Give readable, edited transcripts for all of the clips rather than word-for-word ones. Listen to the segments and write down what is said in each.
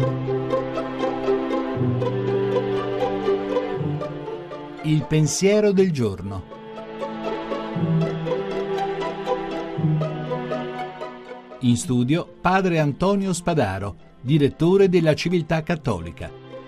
Il pensiero del giorno. In studio padre Antonio Spadaro, direttore della Civiltà Cattolica.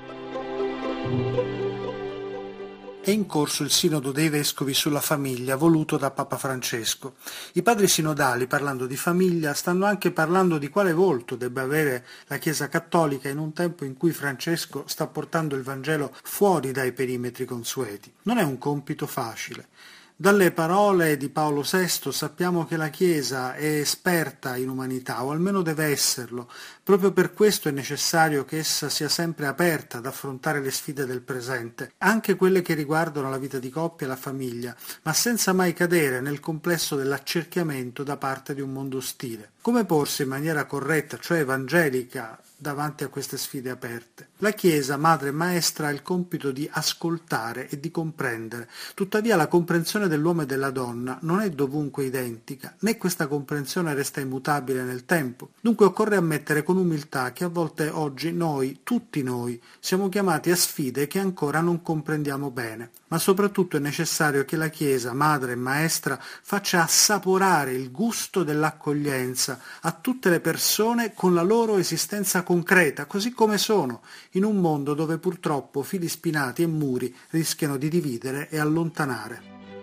È in corso il Sinodo dei Vescovi sulla famiglia, voluto da Papa Francesco. I padri sinodali, parlando di famiglia, stanno anche parlando di quale volto debba avere la Chiesa Cattolica in un tempo in cui Francesco sta portando il Vangelo fuori dai perimetri consueti. Non è un compito facile. Dalle parole di Paolo VI sappiamo che la Chiesa è esperta in umanità, o almeno deve esserlo. Proprio per questo è necessario che essa sia sempre aperta ad affrontare le sfide del presente, anche quelle che riguardano la vita di coppia e la famiglia, ma senza mai cadere nel complesso dell'accerchiamento da parte di un mondo ostile. Come porsi in maniera corretta, cioè evangelica, davanti a queste sfide aperte? La Chiesa, madre e maestra, ha il compito di ascoltare e di comprendere. Tuttavia la comprensione dell'uomo e della donna non è dovunque identica, né questa comprensione resta immutabile nel tempo. Dunque occorre ammettere con umiltà che a volte oggi noi, tutti noi, siamo chiamati a sfide che ancora non comprendiamo bene. Ma soprattutto è necessario che la Chiesa, madre e maestra, faccia assaporare il gusto dell'accoglienza a tutte le persone con la loro esistenza concreta, così come sono, in un mondo dove purtroppo fili spinati e muri rischiano di dividere e allontanare.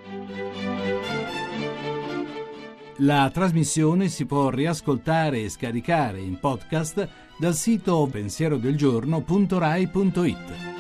La trasmissione si può riascoltare e scaricare in podcast dal sito pensierodelgiorno.rai.it.